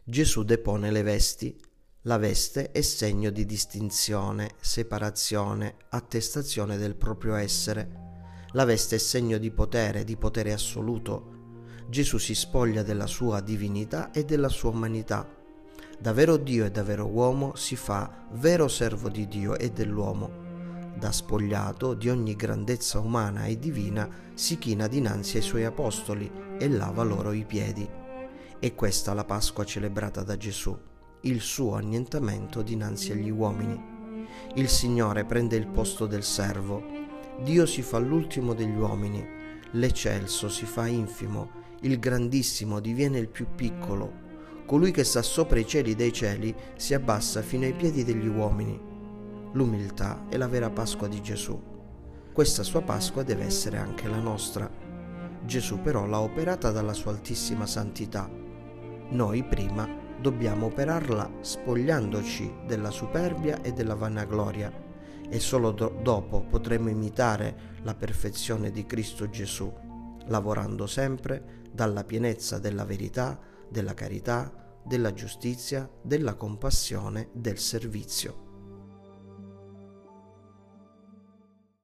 Gesù depone le vesti. La veste è segno di distinzione, separazione, attestazione del proprio essere. La veste è segno di potere assoluto. Gesù si spoglia della sua divinità e della sua umanità. Da vero Dio e da vero uomo si fa vero servo di Dio e dell'uomo. Da spogliato di ogni grandezza umana e divina si china dinanzi ai suoi apostoli e lava loro i piedi. È questa la Pasqua celebrata da Gesù, il suo annientamento dinanzi agli uomini. Il Signore prende il posto del servo. Dio si fa l'ultimo degli uomini. L'eccelso si fa infimo. Il grandissimo diviene il più piccolo. Colui che sta sopra i cieli dei cieli si abbassa fino ai piedi degli uomini. L'umiltà è la vera Pasqua di Gesù. Questa sua Pasqua deve essere anche la nostra. Gesù però l'ha operata dalla sua altissima santità. Noi prima dobbiamo operarla spogliandoci della superbia e della vanagloria e solo dopo potremo imitare la perfezione di Cristo Gesù, lavorando sempre dalla pienezza della verità, della carità, della giustizia, della compassione, del servizio.